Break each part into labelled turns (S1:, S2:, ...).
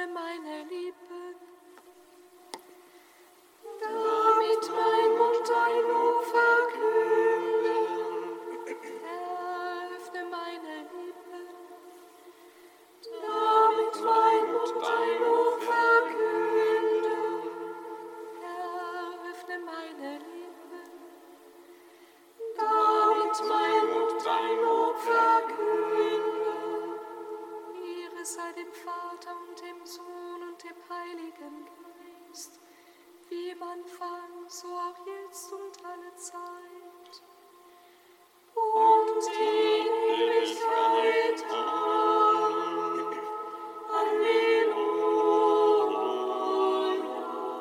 S1: Öffne meine Lippen, damit mein Mund dein Lob verkündet. Öffne meine Lippen, damit mein Mund dein Lob verkündet. Öffne meine Lippen, damit mein Mund dein Lob verkündet. Ehre sei dem Vater und dem Sohn und dem Heiligen Geist, wie im Anfang, so auch jetzt und alle Zeit. Und in Ewigkeit. Amen. Halleluja.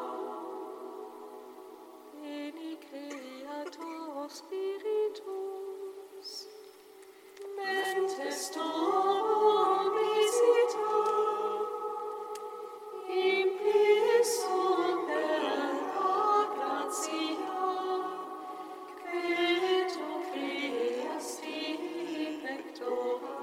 S1: Veni Creator Spiritus, mentes tuum visita, impis super gratia, que tu creasti pectora,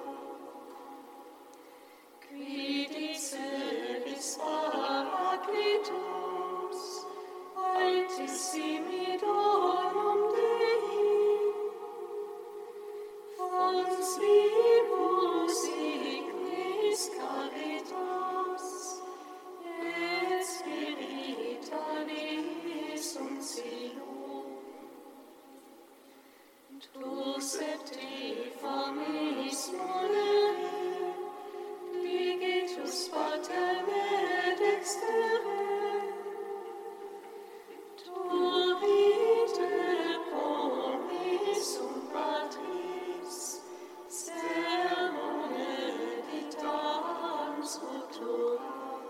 S1: qui diceris Paracletus, altissimi donum Dei, fons vivus ignis caritas, et spiritualis uncium. Tu septi famis molere, ligitus paterne dextere, turite promissum Patris, sermone dictans futura.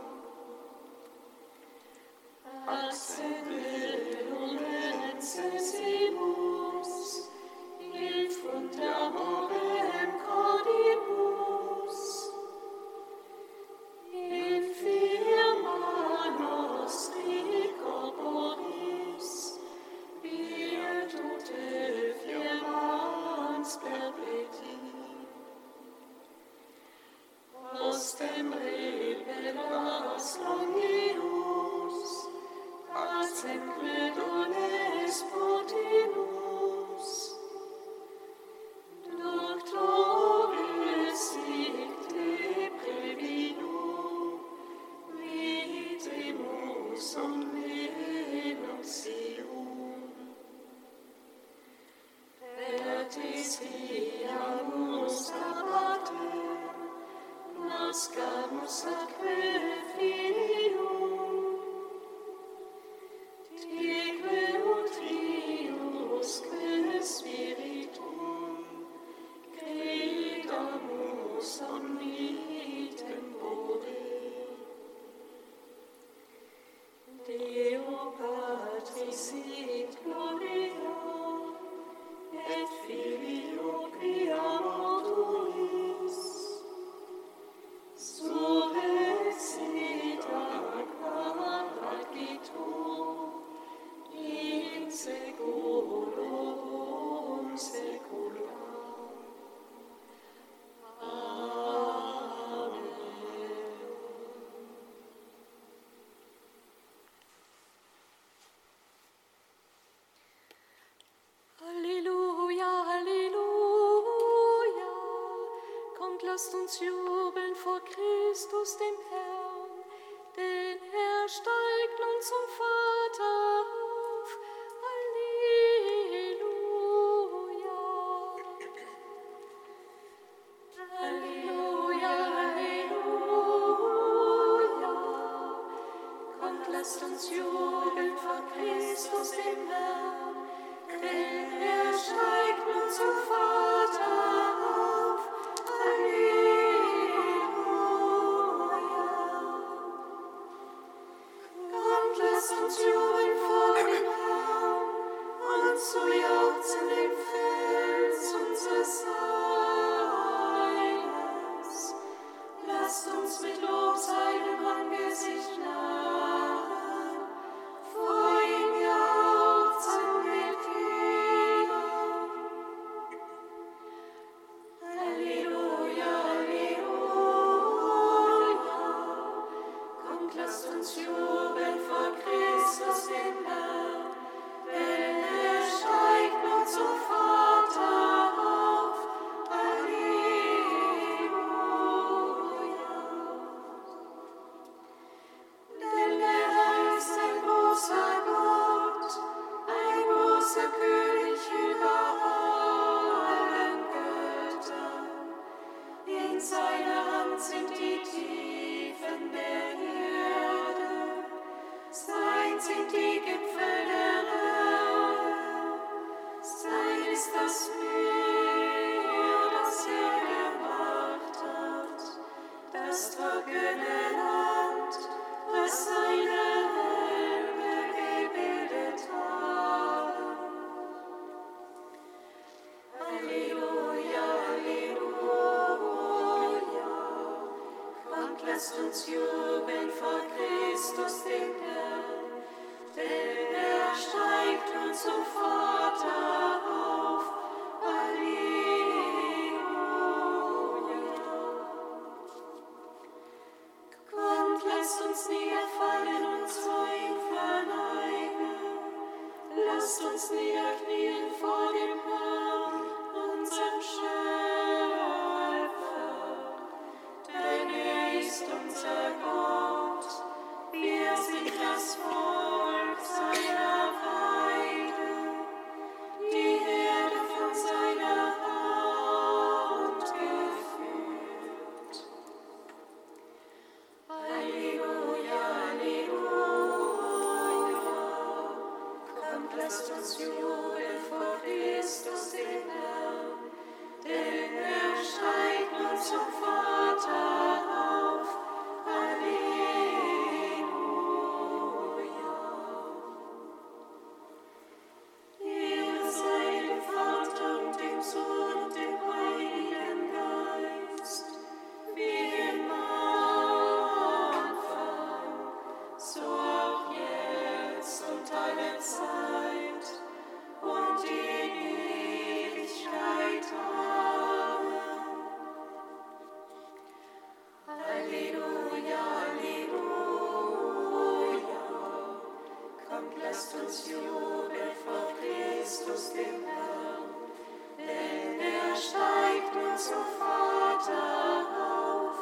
S1: Accende lumen sensimus, il fronte amorem cordibus, infirma nostri corporis, virtute firmans perpeti. Ostem revelas longius, pacem credones potimus, doctores icte previnum, vitimus omne noxium. Pertis fiamus abate, nascamus atque filium, tique utriusque spiritum, credamus omnitempore. Deo Patris sit gloria, et Filio pia mortuis, surrexit aqua pacitur, in seculorum secula. Amen. Halleluja, Halleluja. Kommt, lasst uns jubeln vor Christus, dem Herrn, denn er steigt nun zum Vater auf. Halleluja. Halleluja, Halleluja. Kommt, lasst uns jubeln vor Christus, dem Herrn, denn er steigt nun zum Vater auf. Halleluja. Kommt, lasst uns jubeln vor Lasst uns jubeln vor Christus, dem Herrn, denn er steigt uns zum Vater auf. Halleluja. Kommt, lasst uns niederfallen und vor ihm verneigen. Lasst uns niederknien vor dem Herrn, unserem Schöpfer, denn er ist unser Gott. Wir sind das Volk seiner Weide, die Herde von seiner Hand geführt. Halleluja, Halleluja. Kommt, lasst uns jubeln vor Christus, dem Herrn, denn er steigt uns zum Vater auf. Halleluja. Ehre sei dem Vater und dem Sohn und dem Heiligen Geist, wie im Anfang, so auch jetzt und alle Zeit und in Ewigkeit. Amen. Halleluja, Halleluja. Kommt, lasst uns jubeln vor Christus, dem Herrn, denn er steigt uns zum Vater auf.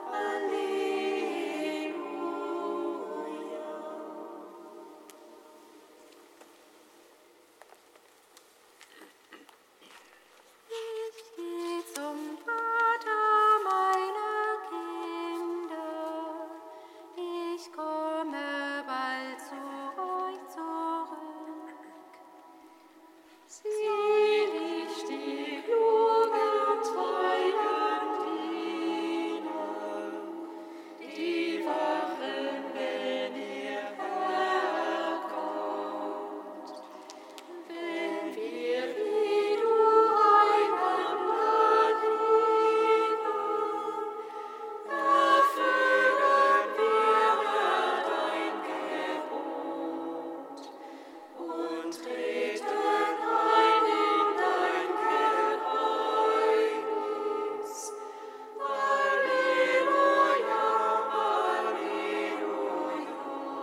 S1: Halleluja.
S2: Ich geh zum Vater meiner Kinder, ich komme bald zu euch zurück.
S1: Sieh ich die klugen und treuen Diener, die wachen, wenn ihr Herr kommt. Wenn wir wie du einander lieben, erfüllen wir dein Gebot und treten ein in dein Geheimnis. Halleluja, Halleluja.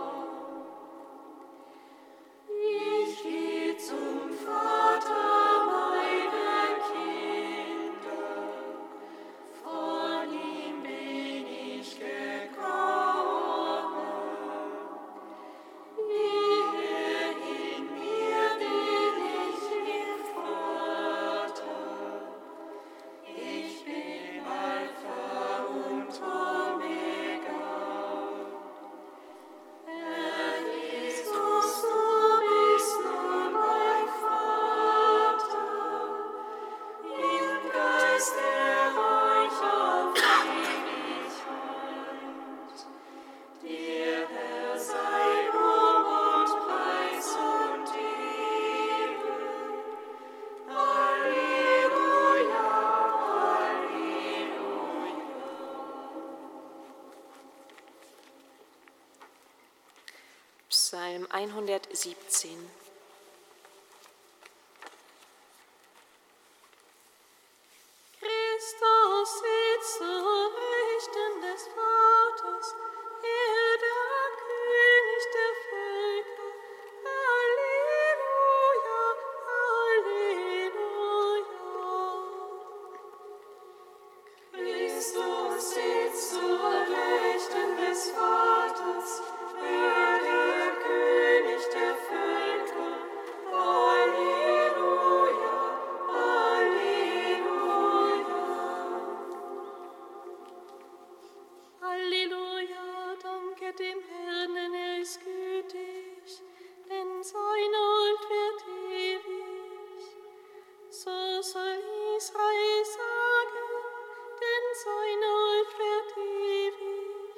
S1: Ich geh zum Vater meiner Kinder, von ihm bin ich gekommen. Ehe in mir bin ich im Vater, ich bin Alpha und Omega. Herr Jesus, du bist nun beim Vater, im Geist euch auf Ewigkeit. Dir, Herr, sei Lob und Preis und Ehre. Halleluja, Halleluja.
S3: Psalm 117.
S1: Christus sitzt zur Rechten des Vaters, er der König der Völker. Halleluja, Halleluja. Christus sitzt zur Rechten des Vaters, er der König der Völker. Halleluja, Halleluja. Halleluja, danke dem Herrn, denn er ist gütig, denn seine Huld wird ewig. So soll Israel sagen, denn seine Huld wird ewig.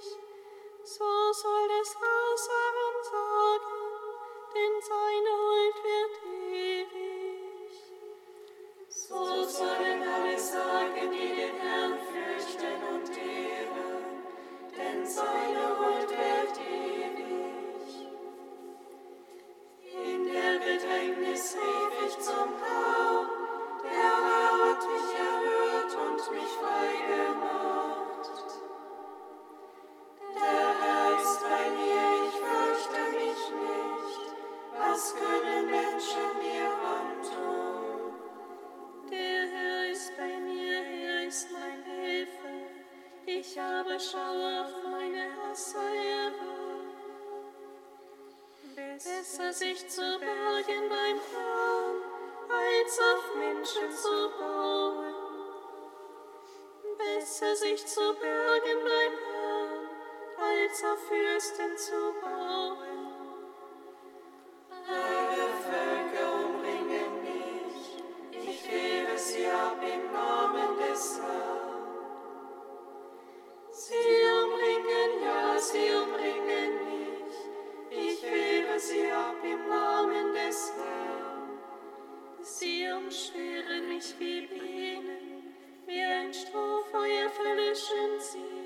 S1: Ich aber schaue auf meine Hasser herab. Besser sich zu bergen beim Herrn, als auf Menschen zu bauen. Besser sich zu bergen beim Herrn, als auf Fürsten zu bauen. Alle Völker umringen mich, ich wehre sie ab im Namen des Herrn. Sie umringen, ja, sie umringen mich, ich wehre sie ab im Namen des Herrn. Sie umschweren mich wie Bienen, wie ein Strohfeuer verlöschen sie.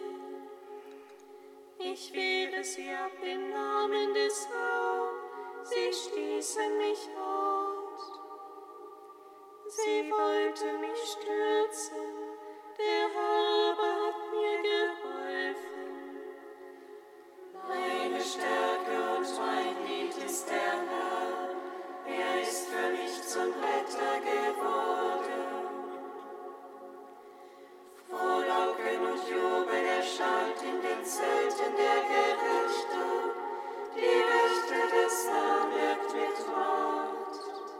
S1: Ich wehre sie ab im Namen des Herrn, sie stießen mich aus. Sie wollten mich stürzen, der Herr aber hat mir geholfen. Meine Stärke und mein Lied ist der Herr, er ist für mich zum Retter geworden. Frohlocken und Jubel erschallt in den Zelten der Gerechten, die Rechte des Herrn wirkt mit Macht.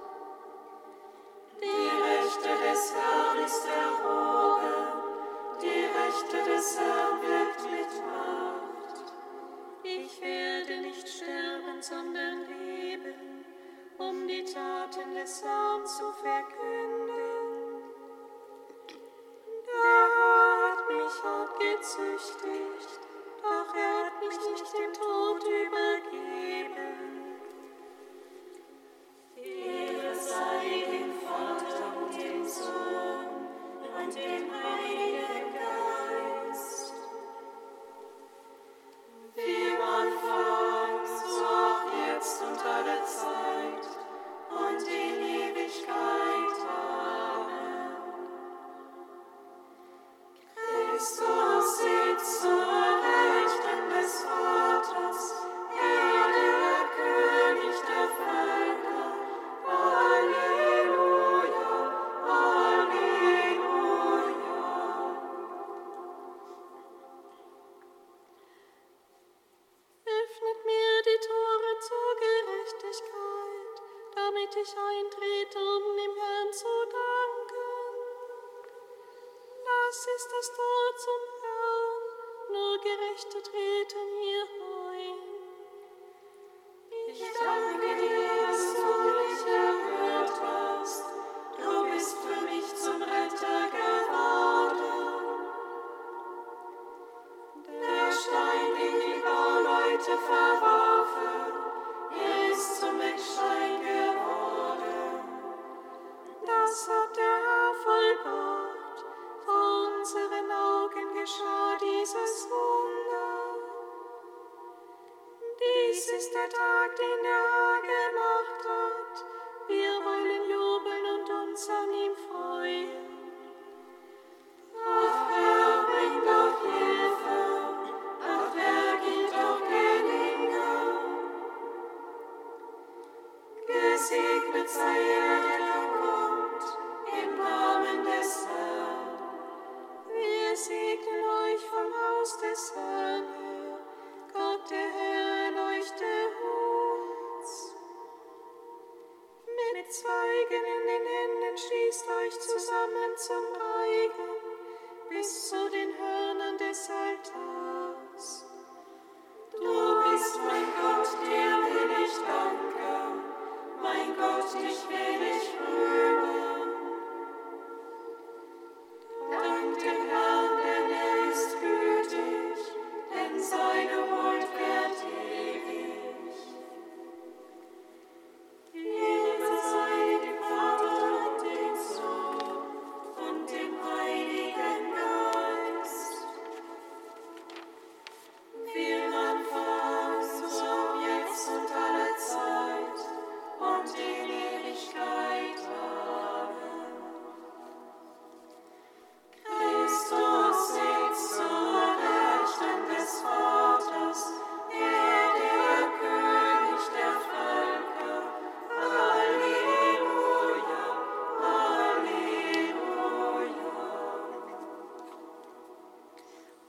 S1: Die Rechte des Herrn ist erhoben, die Rechte des Herrn wirkt mit Macht. Ich werde nicht sterben, sondern leben, um die Taten des Herrn zu verkünden. Der Herr hat mich hart gezüchtigt, doch er hat mich nicht dem Tod übergeben. Ehre sei dem Vater und dem Sohn und dem Heiligen Geist. Wie im Anfang, so auch jetzt und alle Zeit und in Ewigkeit. Amen. Christus sitzt zur Rechten des Vaters, er der König der Völker. Halleluja, Halleluja. Öffnet mir die Tore zur Gerechtigkeit, damit ich eintrete, um dem Herrn zu danken. Das ist das Tor zum Herrn, nur Gerechte treten hier ein. Ich danke dir, dass du mich erhört hast, du bist für mich zum Retter geworden. Der Stein, den die Bauleute verwarfen, er ist zum Eckstein geworden. Das hat der Herr vollbracht, vor unseren Augen geschah dieses Wunder. Dies ist der Tag, den der Herr gemacht hat, wir wollen jubeln und uns an ihm freuen. Ach Herr, bring doch Hilfe, ach Herr, gib doch Gelingen. Gesegnet sei er, der kommt, im Namen des Herrn. Wir segnen euch vom Haus des Herrn her, Gott der Herr leuchte uns. Mit Zweigen in den Händen schließt euch zusammen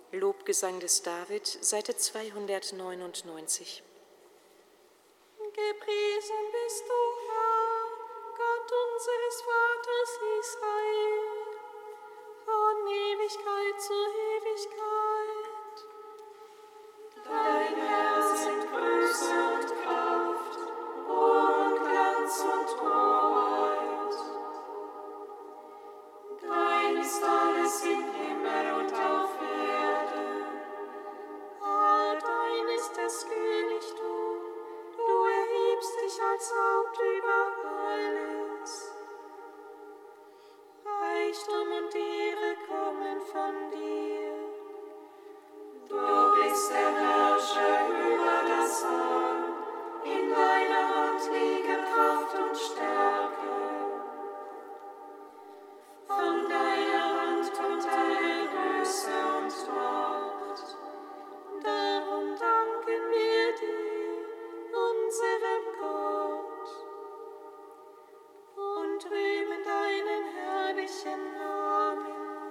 S3: Lobgesang des David, Seite 299.
S1: Gepriesen bist du, Herr, Gott unseres Vaters Israel, von Ewigkeit zu Ewigkeit. Dein Herr sind Größe und Kraft, Ruhm und Glanz und Hoheit. Dein ist alles im Himmel und auf Erden. Dein ist das Königtum, du erhebst dich als Haupt über alles. Reichtum und Ehre kommen von dir. Du bist der Herrscher über das All, in deiner Hand liegen Kraft und Stärke. Von deiner Hand kommt alle Größe und Macht. Darum danken wir dir, unserem Gott, und rühmen deinen herrlichen Namen.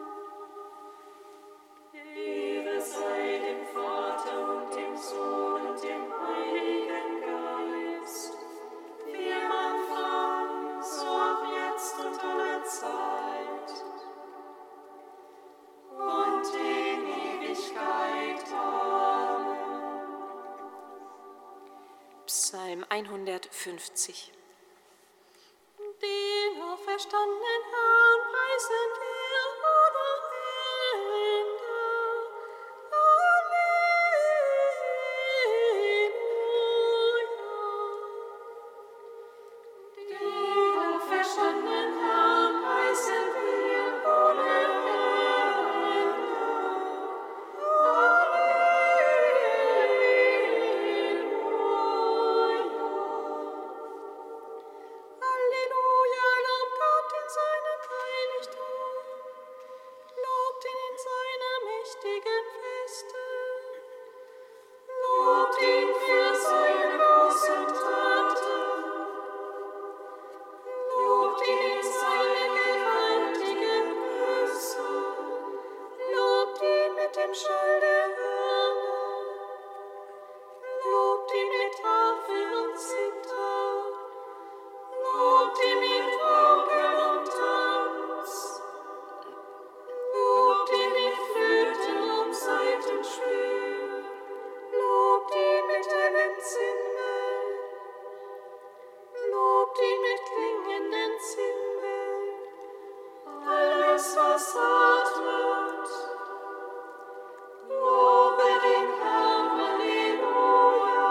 S1: Ehre sei dem Vater und dem Sohn und dem Heiligen Geist, wie am Anfang, so auch jetzt und alle Zeit und in Ewigkeit. Amen.
S3: Psalm 150.
S1: Den auferstandenen Herrn preisen wir ohne Ende. Halleluja. Den auferstandenen Herrn preisen wir ohne Ende. Halleluja, lobt Gott in seinem Heiligtum, lobt ihn in seiner mächtigen Feste, lobt ihn für seine großen Taten, lobt ihn in seiner gewaltigen Größe, lobt ihn mit dem Schall der Hörner, lobt ihn mit Harfe und Zither, lobt ihn mit Pauken und Tanz, lobt ihn mit Flöten und Saitenspiel, lobt ihn mit hellen Zimbeln, lobt ihn mit klingenden Zimbeln, alles was atmet, lobe den Herrn, Halleluja.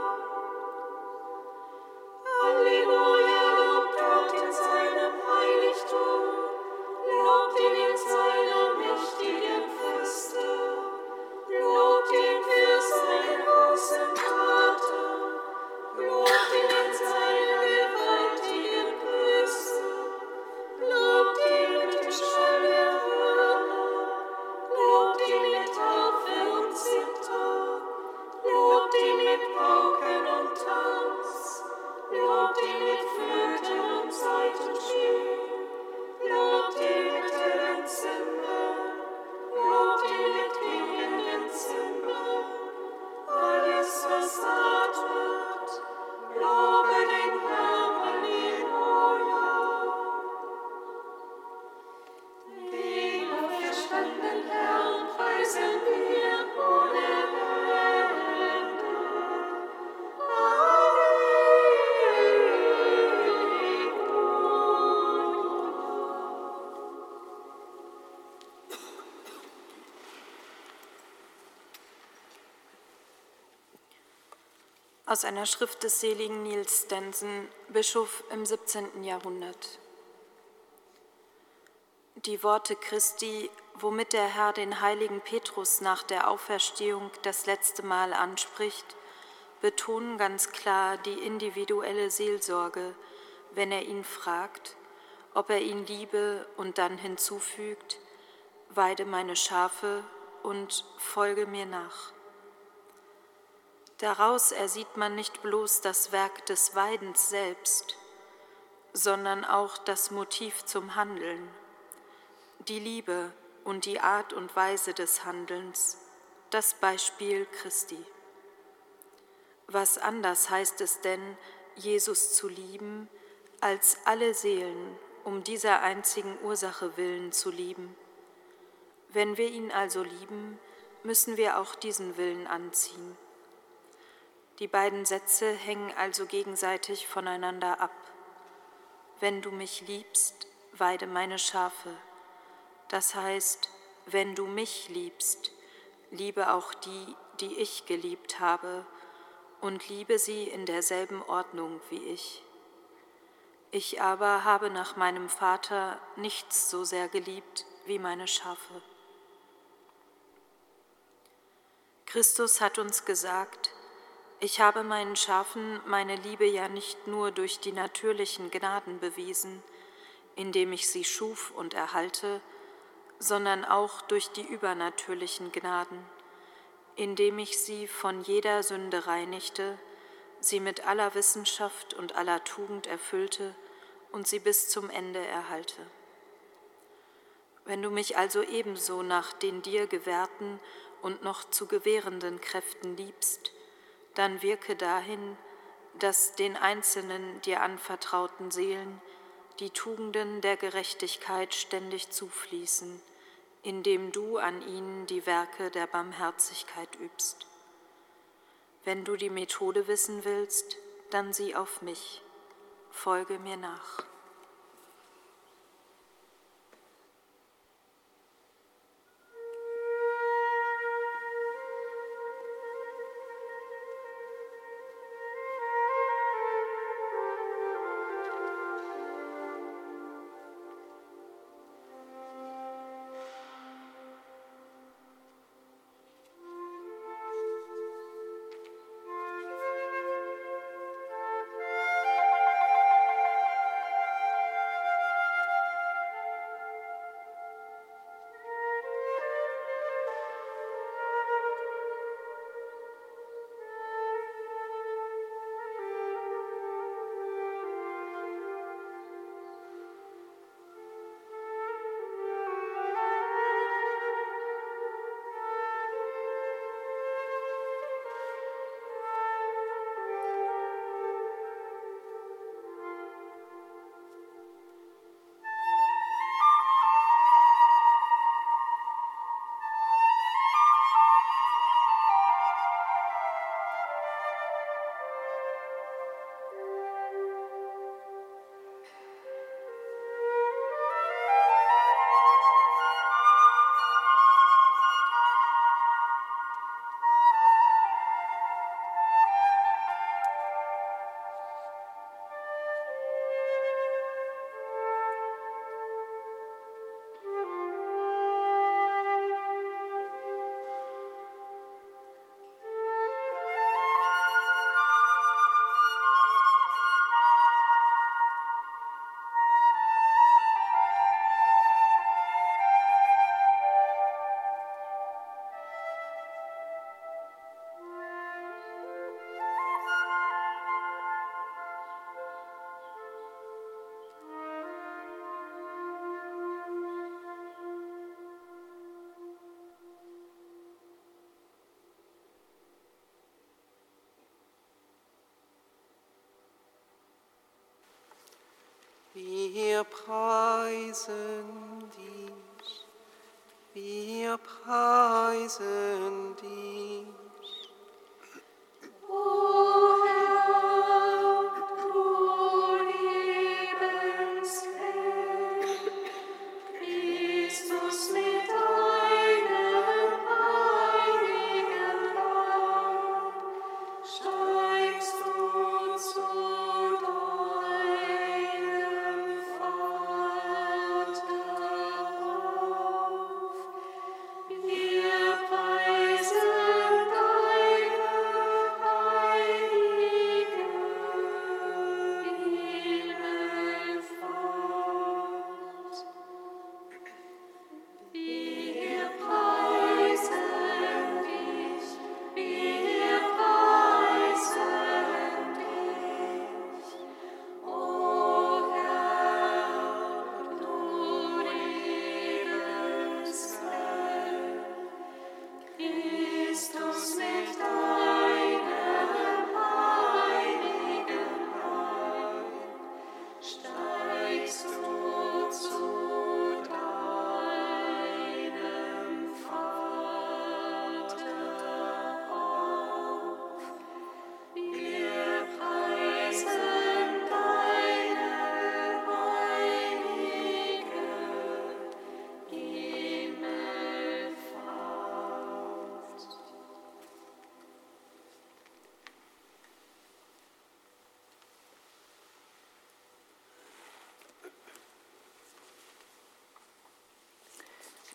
S1: Halleluja, lobt Gott in seinem Heiligtum, lobt ihn in seiner mächtigen Feste, lobt ihn für seine großen Taten, lobt ihn in seiner gewaltigen Größe, lobt ihn mit dem Schall der Hörner, lobt ihn mit Harfe und Zither, lobt ihn mit Pauken und Tanz, lobt ihn mit Flöten und Saitenspiel, lobt ihn mit hellen Zimbeln, lobt ihn mit klingenden Zimbeln, alles was atmet, lobe den Herrn, Halleluja. Den auferstandenen Herrn preisen wir ohne Ende.
S3: Aus einer Schrift des seligen Niels Stenson, Bischof im 17. Jahrhundert. Die Worte Christi, womit der Herr den heiligen Petrus nach der Auferstehung das letzte Mal anspricht, betonen ganz klar die individuelle Seelsorge, wenn er ihn fragt, ob er ihn liebe und dann hinzufügt, weide meine Schafe und folge mir nach. Daraus ersieht man nicht bloß das Werk des Weidens selbst, sondern auch das Motiv zum Handeln, die Liebe, und die Art und Weise des Handelns, das Beispiel Christi. Was anders heißt es denn, Jesus zu lieben, als alle Seelen um dieser einzigen Ursache willen zu lieben? Wenn wir ihn also lieben, müssen wir auch diesen Willen anziehen. Die beiden Sätze hängen also gegenseitig voneinander ab. Wenn du mich liebst, weide meine Schafe. Das heißt, wenn du mich liebst, liebe auch die, die ich geliebt habe, und liebe sie in derselben Ordnung wie ich. Ich aber habe nach meinem Vater nichts so sehr geliebt wie meine Schafe. Christus hat uns gesagt, ich habe meinen Schafen meine Liebe ja nicht nur durch die natürlichen Gnaden bewiesen, indem ich sie schuf und erhalte, sondern auch durch die übernatürlichen Gnaden, indem ich sie von jeder Sünde reinigte, sie mit aller Wissenschaft und aller Tugend erfüllte und sie bis zum Ende erhalte. Wenn du mich also ebenso nach den dir gewährten und noch zu gewährenden Kräften liebst, dann wirke dahin, dass den einzelnen dir anvertrauten Seelen die Tugenden der Gerechtigkeit ständig zufließen, indem du an ihnen die Werke der Barmherzigkeit übst. Wenn du die Methode wissen willst, dann sieh auf mich. Folge mir nach.
S4: Wir preisen dich, wir preisen dich.
S1: O Herr, du Lebensquell, Christus mit deinem heiligen Leib, steigst du zu deinem Vater auf. Wir preisen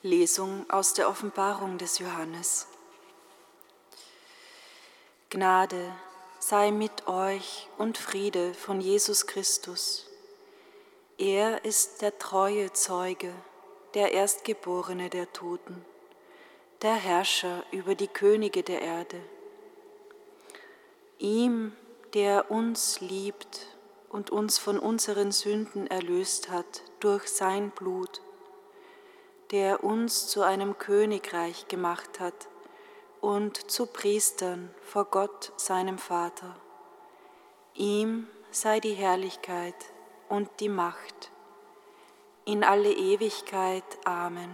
S3: Lesung aus der Offenbarung des Johannes. Gnade sei mit euch und Friede von Jesus Christus. Er ist der treue Zeuge, der Erstgeborene der Toten, der Herrscher über die Könige der Erde. Ihm, der uns liebt und uns von unseren Sünden erlöst hat durch sein Blut, der uns zu einem Königreich gemacht hat und zu Priestern vor Gott, seinem Vater. Ihm sei die Herrlichkeit und die Macht in alle Ewigkeit. Amen.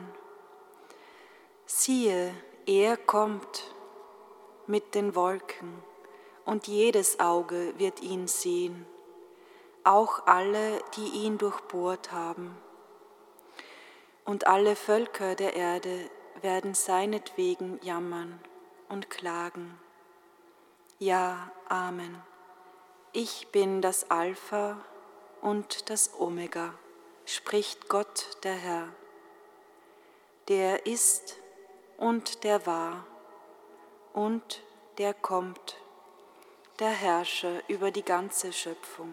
S3: Siehe, er kommt mit den Wolken, und jedes Auge wird ihn sehen, auch alle, die ihn durchbohrt haben. Und alle Völker der Erde werden seinetwegen jammern und klagen. Ja, Amen. Ich bin das Alpha und das Omega, spricht Gott der Herr, der ist und der war und der kommt, der Herrscher über die ganze Schöpfung.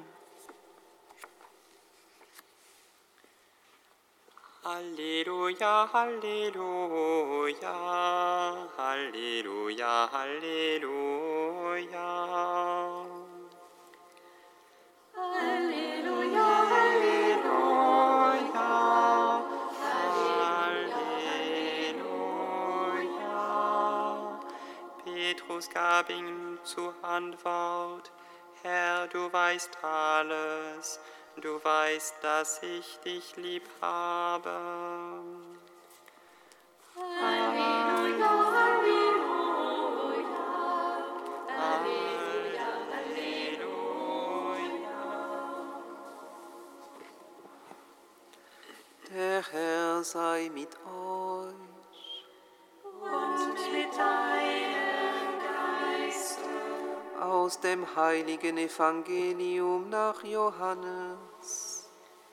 S4: Halleluja, Halleluja, Halleluja, Halleluja.
S1: Halleluja,
S4: Halleluja. Petrus gab ihm zur Antwort: Herr, du weißt alles. Du weißt, dass ich dich lieb habe.
S1: Halleluja, Halleluja, Halleluja, Halleluja.
S4: Der Herr sei mit euch.
S1: Und mit deinem Geiste.
S4: Aus dem heiligen Evangelium nach Johannes.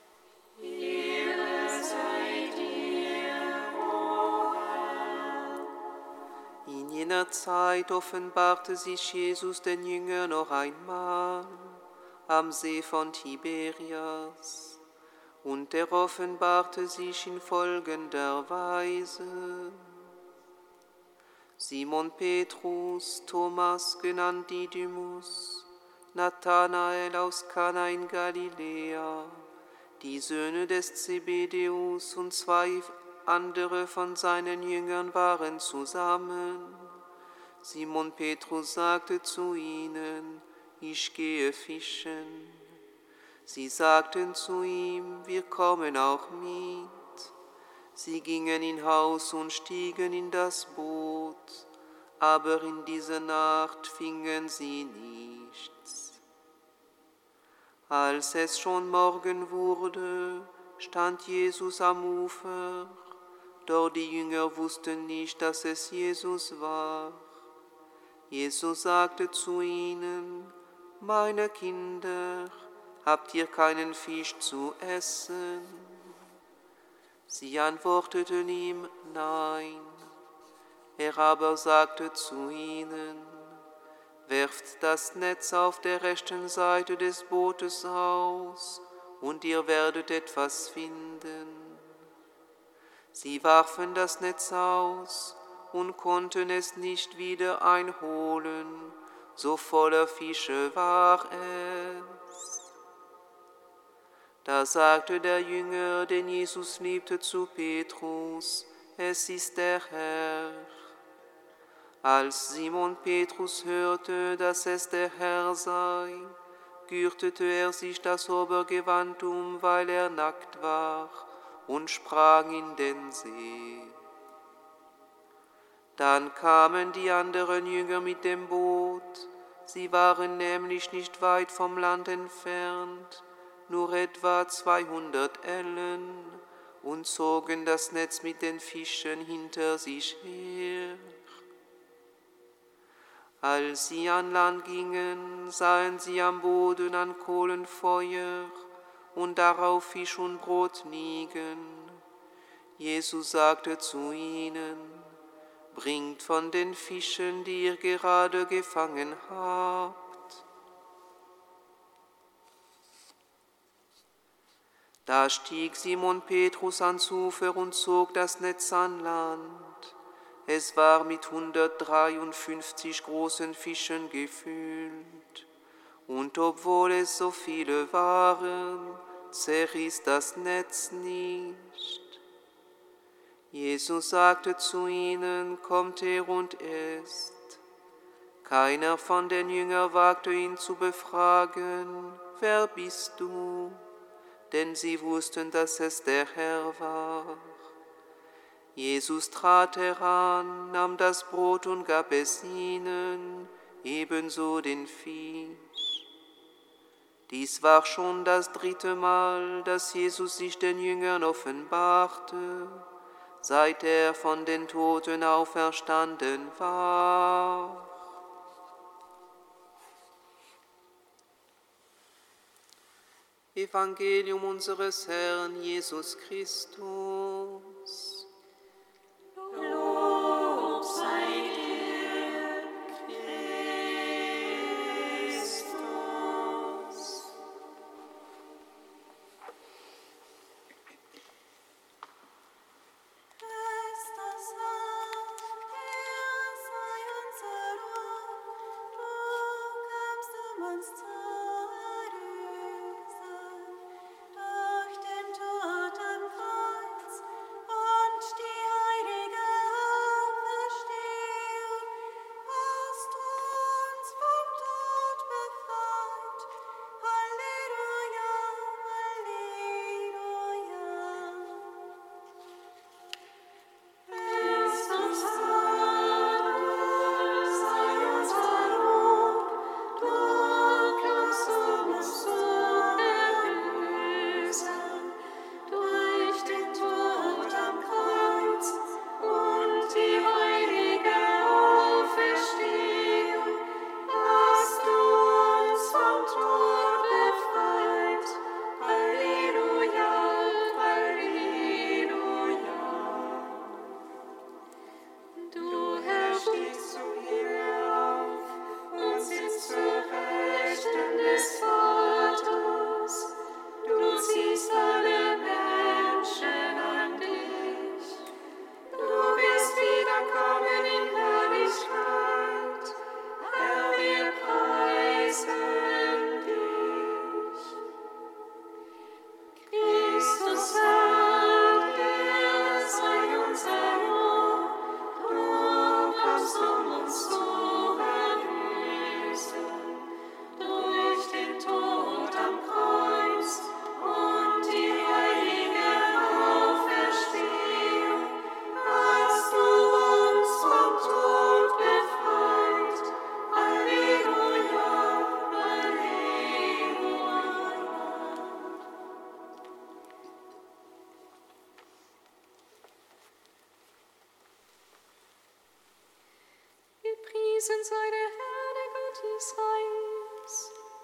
S1: Ehre sei dir, o Herr.
S4: In jener Zeit offenbarte sich Jesus den Jüngern noch einmal am See von Tiberias. Und er offenbarte sich in folgender Weise: Simon Petrus, Thomas genannt Didymus, Nathanael aus Kana in Galiläa, die Söhne des Zebedeus und 2 andere von seinen Jüngern waren zusammen. Simon Petrus sagte zu ihnen: Ich gehe fischen. Sie sagten zu ihm: Wir kommen auch mit. Sie gingen in Haus und stiegen in das Boot, aber in dieser Nacht fingen sie nichts. Als es schon Morgen wurde, stand Jesus am Ufer, doch die Jünger wussten nicht, dass es Jesus war. Jesus sagte zu ihnen: Meine Kinder, habt ihr keinen Fisch zu essen? Sie antworteten ihm: Nein. Er aber sagte zu ihnen: Werft das Netz auf der rechten Seite des Bootes aus, und ihr werdet etwas finden. Sie warfen das Netz aus und konnten es nicht wieder einholen, so voller Fische war es. Da sagte der Jünger, den Jesus liebte, zu Petrus: Es ist der Herr. Als Simon Petrus hörte, dass es der Herr sei, gürtete er sich das Obergewand um, weil er nackt war, und sprang in den See. Dann kamen die anderen Jünger mit dem Boot. Sie waren nämlich nicht weit vom Land entfernt, nur etwa 200 Ellen, und zogen das Netz mit den Fischen hinter sich her. Als sie an Land gingen, sahen sie am Boden ein Kohlenfeuer und darauf Fisch und Brot liegen. Jesus sagte zu ihnen: Bringt von den Fischen, die ihr gerade gefangen habt. Da stieg Simon Petrus ans Ufer und zog das Netz an Land. Es war mit 153 großen Fischen gefüllt. Und obwohl es so viele waren, zerriss das Netz nicht. Jesus sagte zu ihnen: Kommt her und esst. Keiner von den Jüngern wagte ihn zu befragen: Wer bist du? Denn sie wussten, dass es der Herr war. Jesus trat heran, nahm das Brot und gab es ihnen, ebenso den Fisch. Dies war schon das 3. Mal, dass Jesus sich den Jüngern offenbarte, seit er von den Toten auferstanden war. Evangelium unseres Herrn Jesus Christus.
S1: Lob sei dir, Christus. Gepriesen sei der Herr, der Gott Israels,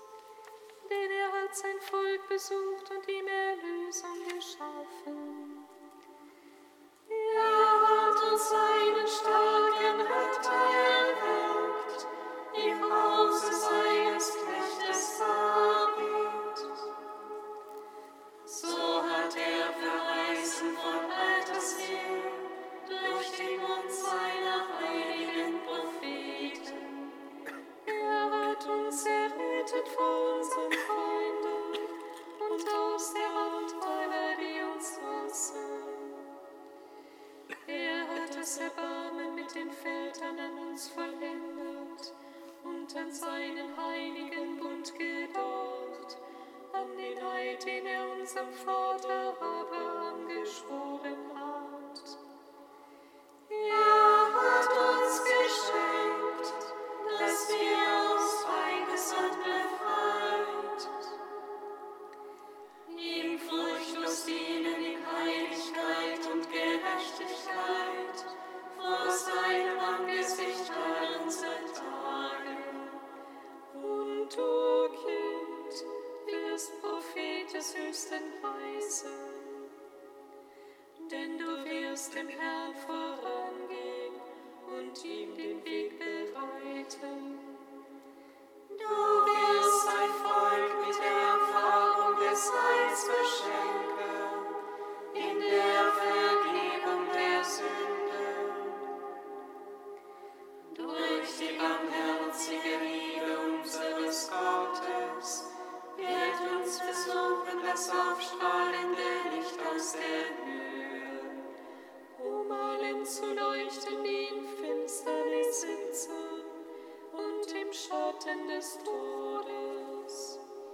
S1: denn er hat sein Volk besucht und ihm Erlösung geschaffen. Er hat uns seinen starken Retter erweckt, im Hause seines Knechtes David. So hat er verheißen von alters her, durch den Mund seiner heiligen Propheten. Er hat uns errettet vor unseren Feinden und aus der Hand aller, die uns hassen. Er hat das Erbarmen mit den Vätern an uns vollendet und an seinen heiligen Bund gedacht, an den Eid, den er unserem Vater Abraham geschworen hat. Er hat uns geschenkt, dass wir aus Feindeshand befreit, ihm furchtlos dienen in Heiligkeit und Gerechtigkeit vor seinem Angesicht all unsere Tage. Und du, Kind, wirst Prophet des Höchsten heißen, denn du wirst dem Herrn vorangehen und ihm den Weg bereiten.
S5: Du wirst dein Volk mit der Erfahrung des Heils beschenken, in der Vergebung der Sünden. Durch die barmherzige Liebe unseres Gottes wird uns besuchen das aufstrahlende Licht aus der Höhe,
S1: Um allen zu leuchten, die in Finsternis sitzen und im Schatten des Todes,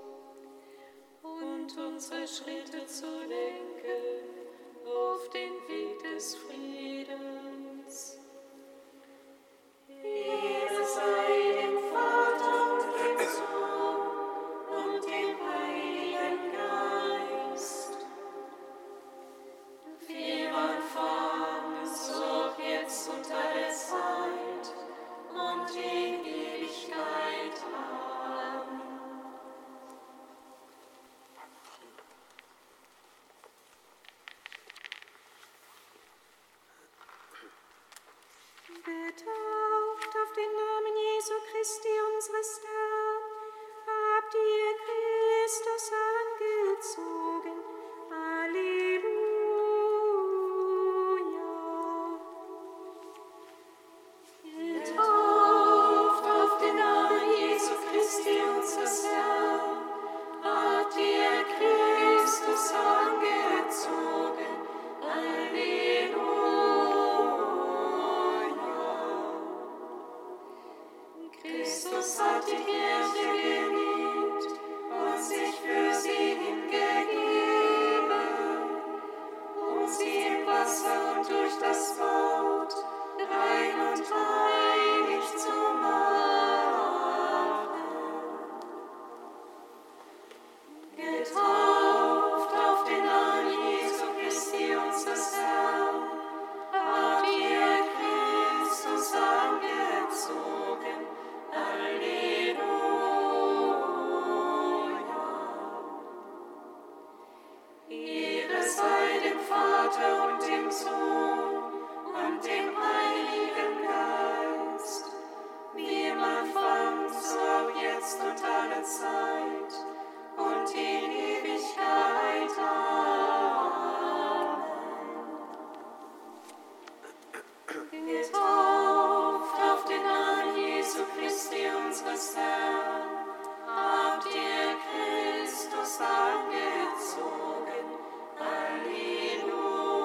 S1: und unsere Schritte zu lenken auf den Weg des Friedens.
S5: Ehre sei dem Vater und dem Sohn und dem Heiligen Geist, wie man Anfang, so auch jetzt und alle Zeit und in Ewigkeit. Amen.
S2: Getauft auf den Namen Jesu Christi, unseres Herrn, habt ihr Christus angezogen. Halleluja.
S5: Getauft auf den Namen Jesu Christi, unseres Herrn, habt ihr Christus angezogen. Halleluja. Christus hat die Kirche geliebt und sich für sie hingegeben, um sie im Wasser und durch das Wort rein und heilig zu machen. Getauft auf den Namen Jesu Christi, unseres Herrn, habt ihr Christus angezogen. Halleluja. Ehre sei dem Vater und dem Sohn und dem Heiligen Geist, wie im Anfang, so auch jetzt und alle Zeit und in Ewigkeit. Amen. Getauft auf den Namen Jesu Christi, unseres Herrn, habt ihr Christus angezogen. Halleluja.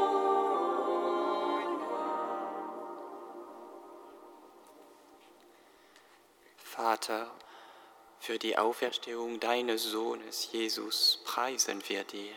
S6: Vater, für die Auferstehung deines Sohnes Jesus preisen wir dir.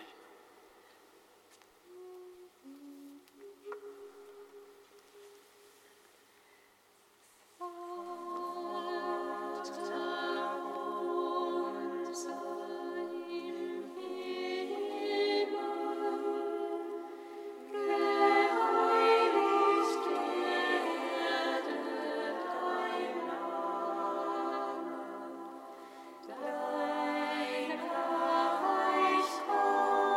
S5: Dein Reich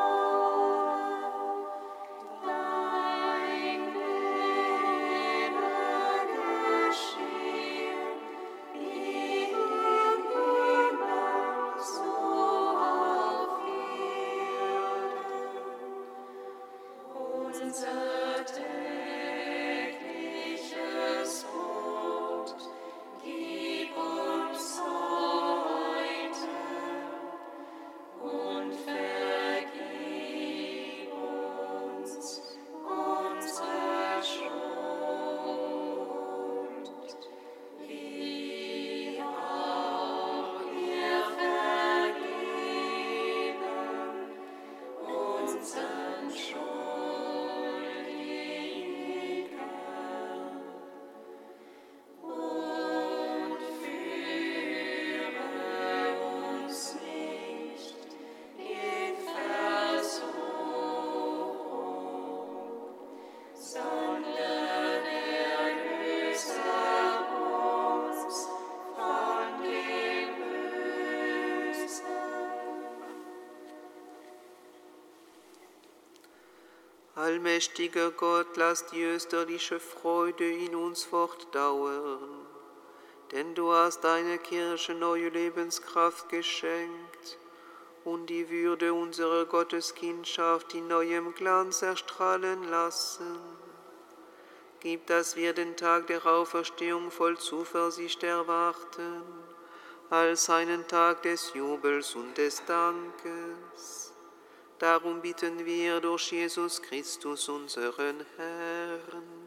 S4: Allmächtiger Gott, lass die österliche Freude in uns fortdauern, denn du hast deiner Kirche neue Lebenskraft geschenkt und die Würde unserer Gotteskindschaft in neuem Glanz erstrahlen lassen. Gib, dass wir den Tag der Auferstehung voll Zuversicht erwarten, als einen Tag des Jubels und des Dankes. Darum bitten wir durch Jesus Christus, unseren Herrn.